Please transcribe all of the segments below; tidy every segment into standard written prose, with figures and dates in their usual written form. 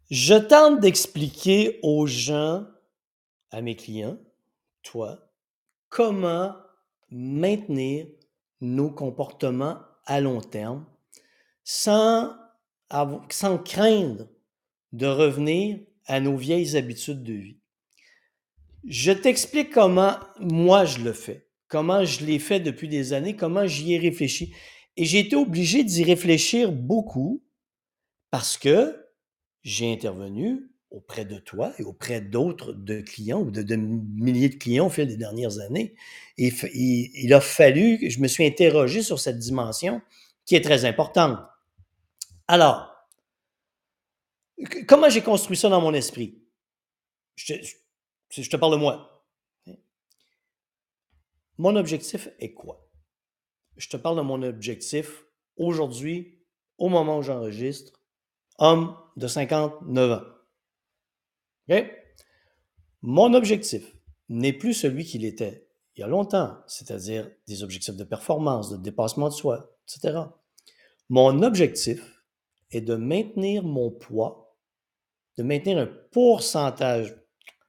Je tente d'expliquer aux gens, à mes clients, toi, comment maintenir nos comportements à long terme sans sans craindre de revenir à nos vieilles habitudes de vie. Je t'explique comment moi je le fais, comment je l'ai fait depuis des années, comment j'y ai réfléchi et j'ai été obligé d'y réfléchir beaucoup parce que j'ai intervenu auprès de toi et auprès d'autres de clients ou de milliers de clients au fil des dernières années. Et il a fallu que je me suis interrogé sur cette dimension qui est très importante. Alors, comment j'ai construit ça dans mon esprit? Je te, je te parle de moi. Mon objectif est quoi? Je te parle de mon objectif aujourd'hui, au moment où j'enregistre, homme de 59 ans. OK? Mon objectif n'est plus celui qu'il était il y a longtemps, c'est-à-dire des objectifs de performance, de dépassement de soi, etc. Mon objectif est de maintenir mon poids, de maintenir un pourcentage.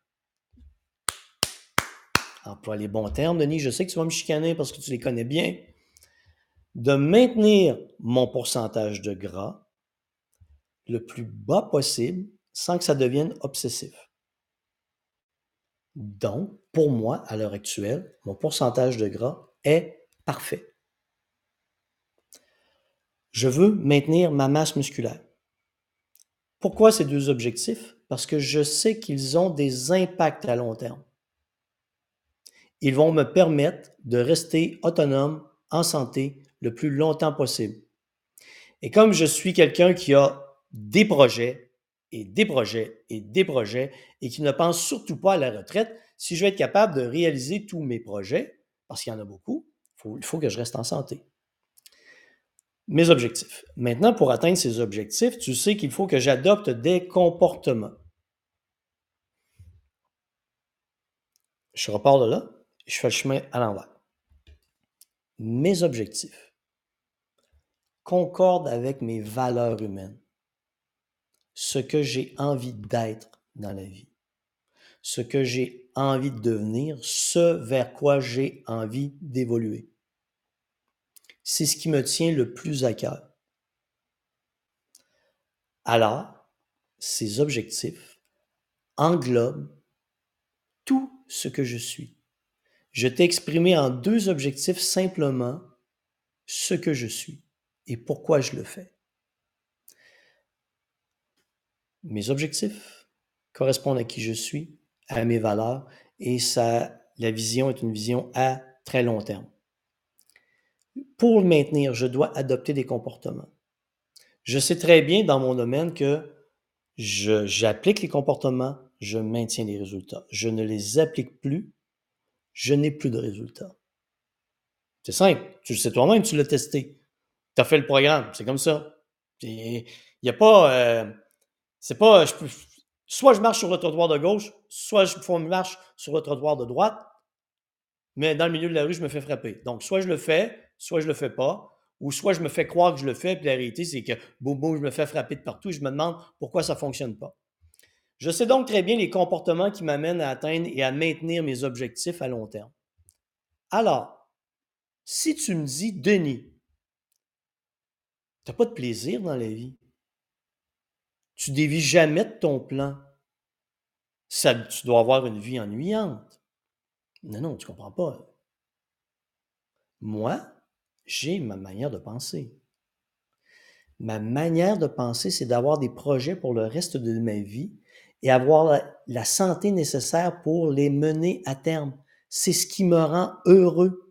Emploie les bons termes, Denis, je sais que tu vas me chicaner parce que tu les connais bien. De maintenir mon pourcentage de gras le plus bas possible sans que ça devienne obsessif. Donc, pour moi, à l'heure actuelle, mon pourcentage de gras est parfait. Je veux maintenir ma masse musculaire. Pourquoi ces deux objectifs? Parce que je sais qu'ils ont des impacts à long terme. Ils vont me permettre de rester autonome, en santé, le plus longtemps possible. Et comme je suis quelqu'un qui a des projets et des projets et des projets et qui ne pense surtout pas à la retraite, si je veux être capable de réaliser tous mes projets, parce qu'il y en a beaucoup, il faut que je reste en santé. Mes objectifs. Maintenant, pour atteindre ces objectifs, tu sais qu'il faut que j'adopte des comportements. Je repars de là, je fais le chemin à l'envers. Mes objectifs concordent avec mes valeurs humaines, ce que j'ai envie d'être dans la vie, ce que j'ai envie de devenir, ce vers quoi j'ai envie d'évoluer. C'est ce qui me tient le plus à cœur. Alors, ces objectifs englobent tout ce que je suis. Je t'ai exprimé en deux objectifs simplement ce que je suis et pourquoi je le fais. Mes objectifs correspondent à qui je suis, à mes valeurs, et la vision est une vision à très long terme. Pour le maintenir, je dois adopter des comportements. Je sais très bien dans mon domaine que j'applique les comportements, je maintiens les résultats. Je ne les applique plus, je n'ai plus de résultats. C'est simple, tu le sais toi-même, tu l'as testé. Tu as fait le programme, c'est comme ça. Il n'y a pas... c'est pas... soit je marche sur le trottoir de gauche, soit je marche sur le trottoir de droite, mais dans le milieu de la rue, je me fais frapper. Donc, soit je le fais, soit je le fais pas, ou soit je me fais croire que je le fais, puis la réalité, c'est que boum, boum, je me fais frapper de partout et je me demande pourquoi ça ne fonctionne pas. Je sais donc très bien les comportements qui m'amènent à atteindre et à maintenir mes objectifs à long terme. Alors, si tu me dis, Denis, tu n'as pas de plaisir dans la vie, tu dévies jamais de ton plan, tu dois avoir une vie ennuyante. Non, non, tu ne comprends pas. Moi, j'ai ma manière de penser. Ma manière de penser, c'est d'avoir des projets pour le reste de ma vie et avoir la santé nécessaire pour les mener à terme. C'est ce qui me rend heureux.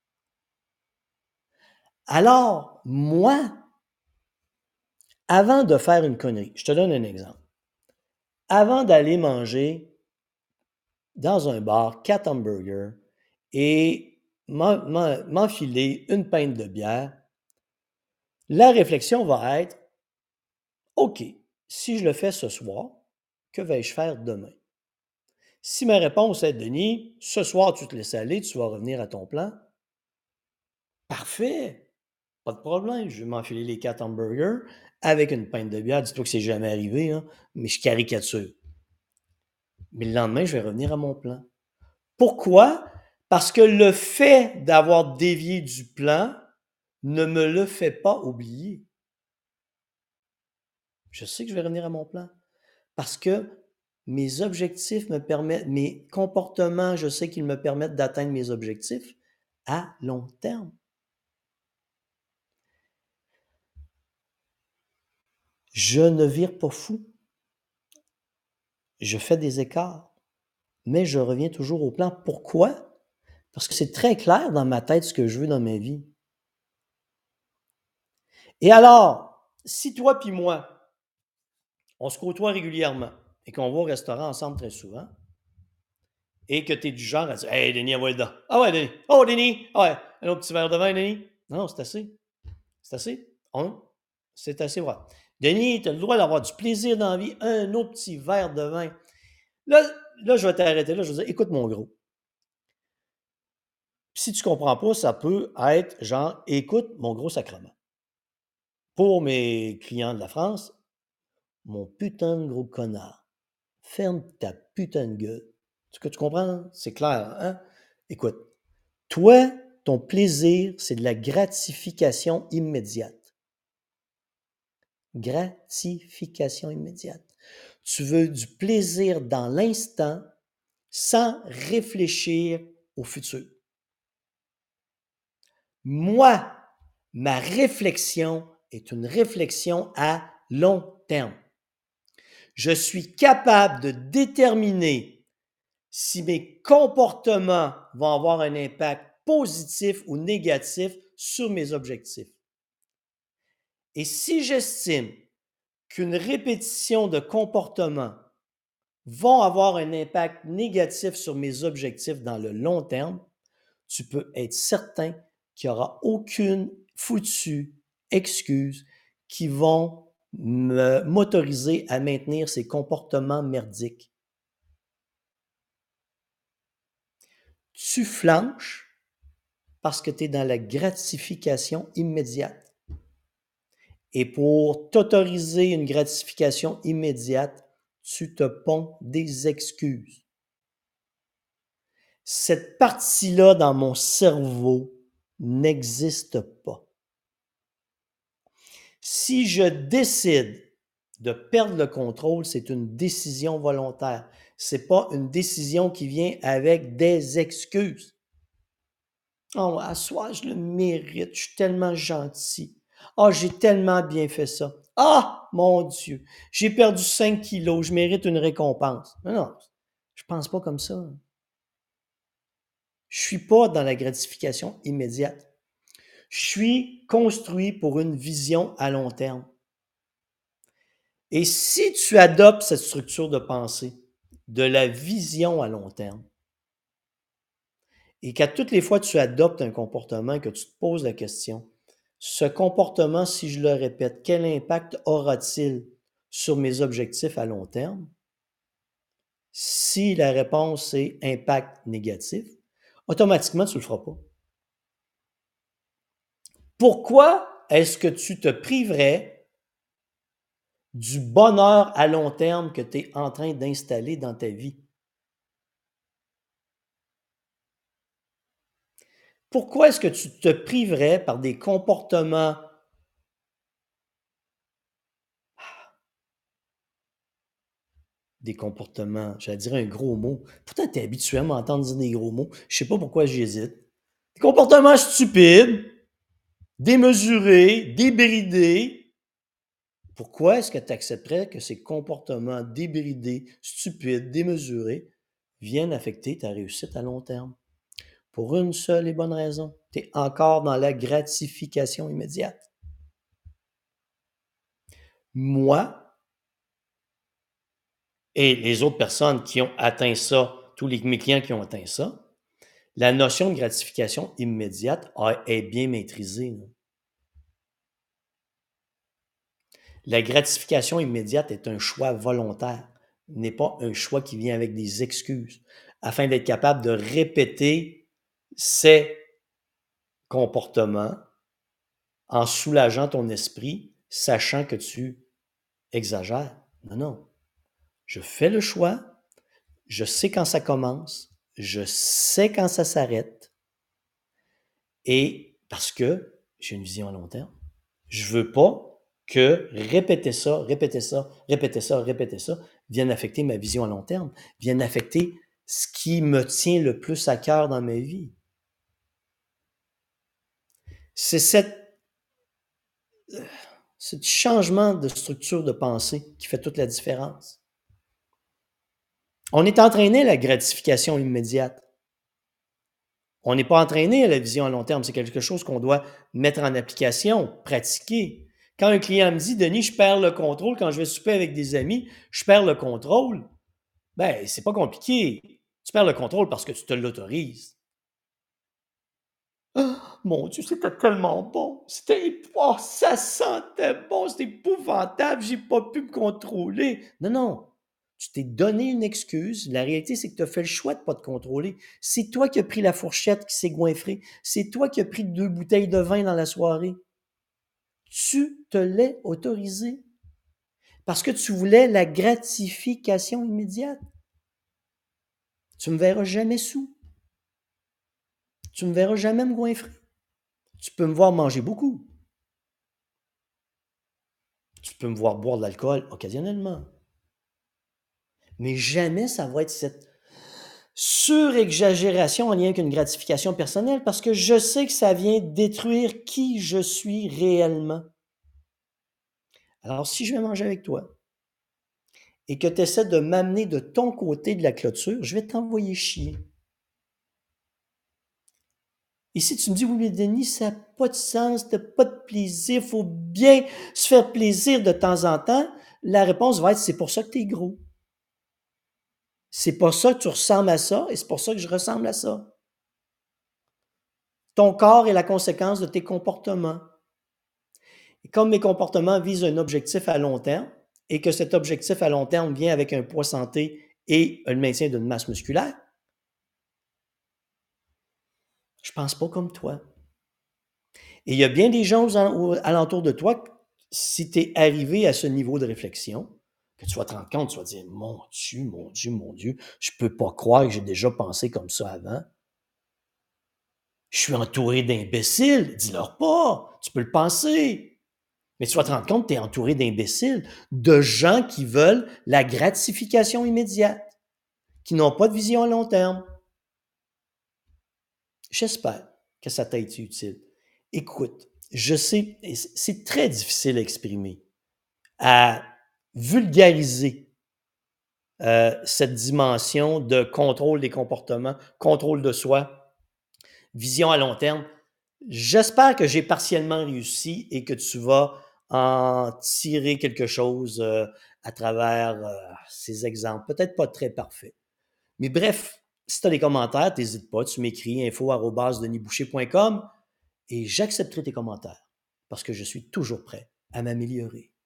Alors, moi, avant de faire une connerie, je te donne un exemple. Avant d'aller manger dans un bar 4 hamburgers et m'enfiler une pinte de bière, la réflexion va être, OK, si je le fais ce soir, que vais-je faire demain? Si ma réponse est, Denis, ce soir, tu te laisses aller, tu vas revenir à ton plan, parfait, pas de problème, je vais m'enfiler les 4 hamburgers avec une pinte de bière. Dis-toi que c'est jamais arrivé, hein, mais je caricature. Mais le lendemain, je vais revenir à mon plan. Pourquoi? Parce que le fait d'avoir dévié du plan ne me le fait pas oublier. Je sais que je vais revenir à mon plan. Parce que mes objectifs me permettent, mes comportements, je sais qu'ils me permettent d'atteindre mes objectifs à long terme. Je ne vire pas fou. Je fais des écarts, mais je reviens toujours au plan. Pourquoi? Parce que c'est très clair dans ma tête ce que je veux dans ma vie. Et alors, si toi puis moi, on se côtoie régulièrement et qu'on va au restaurant ensemble très souvent, et que tu es du genre à dire Hey, Denis, envoie le dedans. Ah ouais, Denis. Oh, Denis. Ah ouais, un autre petit verre de vin, Denis. Non, c'est assez. C'est assez. C'est assez vrai. Denis, tu as le droit d'avoir du plaisir dans la vie, un autre petit verre de vin. Là, je vais t'arrêter là. Je vais dire Écoute, mon gros. Si tu comprends pas, ça peut être genre Écoute, mon gros sacrement. Pour mes clients de la France, mon putain de gros connard. Ferme ta putain de gueule. Est-ce que tu comprends? C'est clair, hein? Écoute, toi, ton plaisir, c'est de la gratification immédiate. Gratification immédiate. Tu veux du plaisir dans l'instant sans réfléchir au futur. Moi, ma réflexion est une réflexion à long terme. Je suis capable de déterminer si mes comportements vont avoir un impact positif ou négatif sur mes objectifs. Et si j'estime qu'une répétition de comportements vont avoir un impact négatif sur mes objectifs dans le long terme, tu peux être certain qu'il n'y aura aucune foutue excuse qui vont m'autoriser à maintenir ces comportements merdiques. Tu flanches parce que tu es dans la gratification immédiate. Et pour t'autoriser une gratification immédiate, tu te ponds des excuses. Cette partie-là dans mon cerveau n'existe pas. Si je décide de perdre le contrôle, c'est une décision volontaire. C'est pas une décision qui vient avec des excuses. Oh, à soir, je le mérite, je suis tellement gentil. Ah, j'ai tellement bien fait ça. Ah, mon Dieu, j'ai perdu 5 kilos, je mérite une récompense. Non, je pense pas comme ça. Je suis pas dans la gratification immédiate. Je suis construit pour une vision à long terme. Et si tu adoptes cette structure de pensée, de la vision à long terme, et qu'à toutes les fois tu adoptes un comportement, que tu te poses la question, ce comportement, si je le répète, quel impact aura-t-il sur mes objectifs à long terme? Si la réponse est impact négatif, automatiquement, tu ne le feras pas. Pourquoi est-ce que tu te priverais du bonheur à long terme que tu es en train d'installer dans ta vie? Pourquoi est-ce que tu te priverais par des comportements j'allais dire un gros mot. Pourtant, tu es habitué à m'entendre dire des gros mots. Je sais pas pourquoi j'hésite. Des comportements stupides, démesurés, débridés. Pourquoi est-ce que tu accepterais que ces comportements débridés, stupides, démesurés viennent affecter ta réussite à long terme? Pour une seule et bonne raison. Tu es encore dans la gratification immédiate. Moi et les autres personnes qui ont atteint ça, mes clients qui ont atteint ça, la notion de gratification immédiate est bien maîtrisée. La gratification immédiate est un choix volontaire, n'est pas un choix qui vient avec des excuses, afin d'être capable de répéter ces comportements en soulageant ton esprit, sachant que tu exagères. Non, non. Je fais le choix, je sais quand ça commence, je sais quand ça s'arrête, et parce que j'ai une vision à long terme. Je veux pas que répéter ça, répéter ça, répéter ça, répéter ça vienne affecter ma vision à long terme, vienne affecter ce qui me tient le plus à cœur dans ma vie. C'est ce changement de structure de pensée qui fait toute la différence. On est entraîné à la gratification immédiate. On n'est pas entraîné à la vision à long terme. C'est quelque chose qu'on doit mettre en application, pratiquer. Quand un client me dit, Denis, je perds le contrôle quand je vais souper avec des amis, je perds le contrôle, ben, c'est pas compliqué. Tu perds le contrôle parce que tu te l'autorises. Ah, mon Dieu, c'était tellement bon. Oh, ça sentait bon, c'était épouvantable, j'ai pas pu me contrôler. Non, non. Tu t'es donné une excuse. La réalité, c'est que tu as fait le choix de ne pas te contrôler. C'est toi qui as pris la fourchette qui s'est goinfrée. C'est toi qui as pris 2 bouteilles de vin dans la soirée. Tu te l'es autorisé parce que tu voulais la gratification immédiate. Tu me verras jamais sous. Tu me verras jamais me goinfrer. Tu peux me voir manger beaucoup. Tu peux me voir boire de l'alcool occasionnellement. Mais jamais ça va être cette surexagération en lien avec une gratification personnelle parce que je sais que ça vient détruire qui je suis réellement. Alors, si je vais manger avec toi et que tu essaies de m'amener de ton côté de la clôture, je vais t'envoyer chier. Et si tu me dis, oui, mais Denis, ça n'a pas de sens, tu n'as pas de plaisir, il faut bien se faire plaisir de temps en temps, la réponse va être, c'est pour ça que tu es gros. C'est pour ça que tu ressembles à ça et c'est pour ça que je ressemble à ça. Ton corps est la conséquence de tes comportements. Et comme mes comportements visent un objectif à long terme et que cet objectif à long terme vient avec un poids santé et le maintien d'une masse musculaire, je ne pense pas comme toi. Et il y a bien des gens alentour de toi, si tu es arrivé à ce niveau de réflexion, que tu vas te rendre compte, tu vas te dire, mon Dieu, mon Dieu, mon Dieu, je ne peux pas croire que j'ai déjà pensé comme ça avant. Je suis entouré d'imbéciles. Dis-leur pas, tu peux le penser. Mais tu vas te rendre compte que tu es entouré d'imbéciles, de gens qui veulent la gratification immédiate, qui n'ont pas de vision à long terme. J'espère que ça t'a été utile. Écoute, je sais, c'est très difficile à exprimer, à vulgariser cette dimension de contrôle des comportements, contrôle de soi, vision à long terme. J'espère que j'ai partiellement réussi et que tu vas en tirer quelque chose à travers ces exemples. Peut-être pas très parfaits. Mais bref, si tu as des commentaires, n'hésite pas, tu m'écris info@denisboucher.com et j'accepterai tes commentaires parce que je suis toujours prêt à m'améliorer.